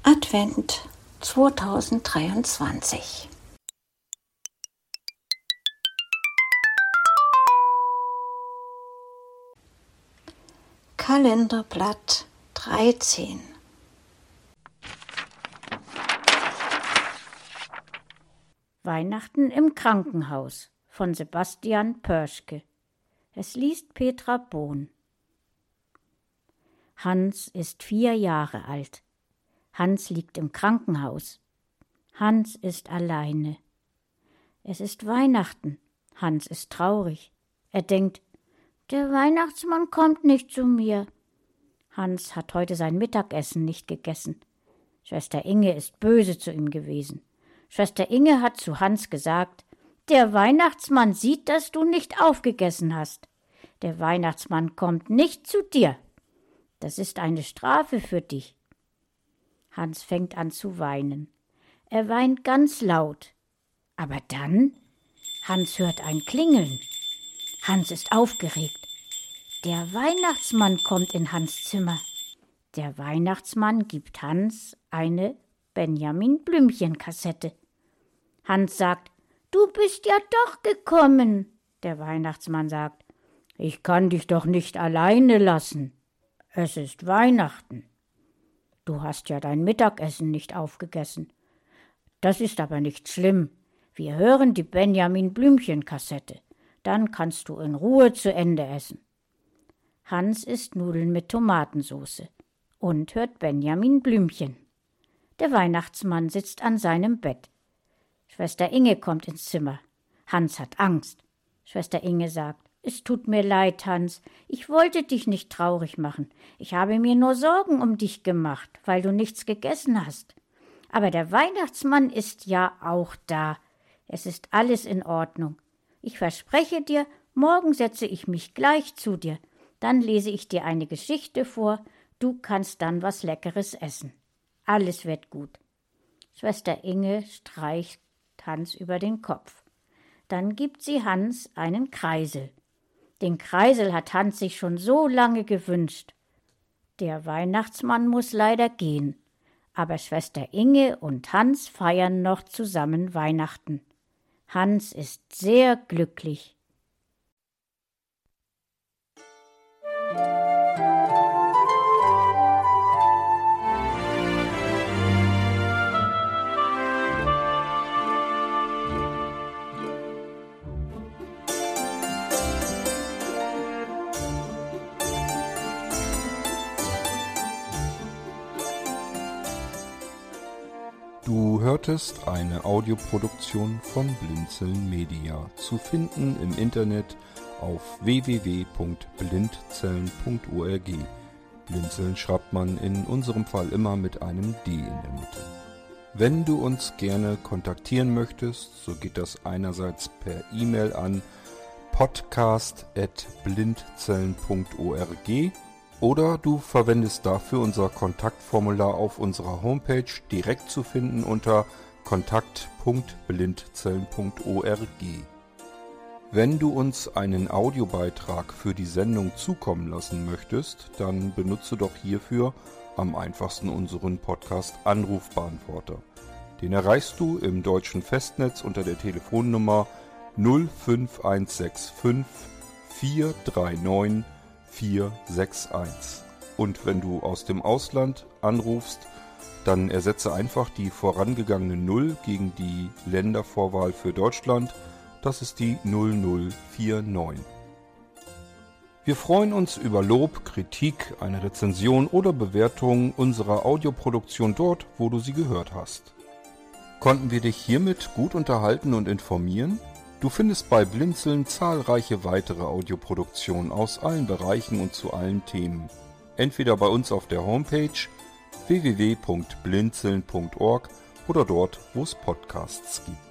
Advent 2023. Kalenderblatt 13. Weihnachten im Krankenhaus von Sebastian Pörschke. Es liest Petra Bohn. Hans ist 4 Jahre alt. Hans liegt im Krankenhaus. Hans ist alleine. Es ist Weihnachten. Hans ist traurig. Er denkt, der Weihnachtsmann kommt nicht zu mir. Hans hat heute sein Mittagessen nicht gegessen. Schwester Inge ist böse zu ihm gewesen. Schwester Inge hat zu Hans gesagt, der Weihnachtsmann sieht, dass du nicht aufgegessen hast. Der Weihnachtsmann kommt nicht zu dir. Das ist eine Strafe für dich. Hans fängt an zu weinen. Er weint ganz laut. Aber dann, Hans hört ein Klingeln. Hans ist aufgeregt. Der Weihnachtsmann kommt in Hans' Zimmer. Der Weihnachtsmann gibt Hans eine Benjamin Blümchen-Kassette. Hans sagt, du bist ja doch gekommen. Der Weihnachtsmann sagt, ich kann dich doch nicht alleine lassen. Es ist Weihnachten. Du hast ja dein Mittagessen nicht aufgegessen. Das ist aber nicht schlimm. Wir hören die Benjamin Blümchen-Kassette. Dann kannst du in Ruhe zu Ende essen. Hans isst Nudeln mit Tomatensauce und hört Benjamin Blümchen. Der Weihnachtsmann sitzt an seinem Bett. Schwester Inge kommt ins Zimmer. Hans hat Angst. Schwester Inge sagt, es tut mir leid, Hans. Ich wollte dich nicht traurig machen. Ich habe mir nur Sorgen um dich gemacht, weil du nichts gegessen hast. Aber der Weihnachtsmann ist ja auch da. Es ist alles in Ordnung. Ich verspreche dir, morgen setze ich mich gleich zu dir. Dann lese ich dir eine Geschichte vor. Du kannst dann was Leckeres essen. Alles wird gut. Schwester Inge streicht Hans über den Kopf. Dann gibt sie Hans einen Kreisel. Den Kreisel hat Hans sich schon so lange gewünscht. Der Weihnachtsmann muss leider gehen, aber Schwester Inge und Hans feiern noch zusammen Weihnachten. Hans ist sehr glücklich. Du hörtest eine Audioproduktion von Blinzeln Media, zu finden im Internet auf www.blindzellen.org. Blinzeln schreibt man in unserem Fall immer mit einem D in der Mitte. Wenn du uns gerne kontaktieren möchtest, so geht das einerseits per E-Mail an podcast@blindzellen.org oder du verwendest dafür unser Kontaktformular auf unserer Homepage, direkt zu finden unter kontakt.blindzellen.org. Wenn du uns einen Audiobeitrag für die Sendung zukommen lassen möchtest, dann benutze doch hierfür am einfachsten unseren Podcast Anrufbeantworter. Den erreichst du im deutschen Festnetz unter der Telefonnummer 05165 439 461. Und wenn du aus dem Ausland anrufst, dann ersetze einfach die vorangegangene 0 gegen die Ländervorwahl für Deutschland. Das ist die 0049. Wir freuen uns über Lob, Kritik, eine Rezension oder Bewertung unserer Audioproduktion dort, wo du sie gehört hast. Konnten wir dich hiermit gut unterhalten und informieren? Du findest bei Blinzeln zahlreiche weitere Audioproduktionen aus allen Bereichen und zu allen Themen. Entweder bei uns auf der Homepage www.blinzeln.org oder dort, wo es Podcasts gibt.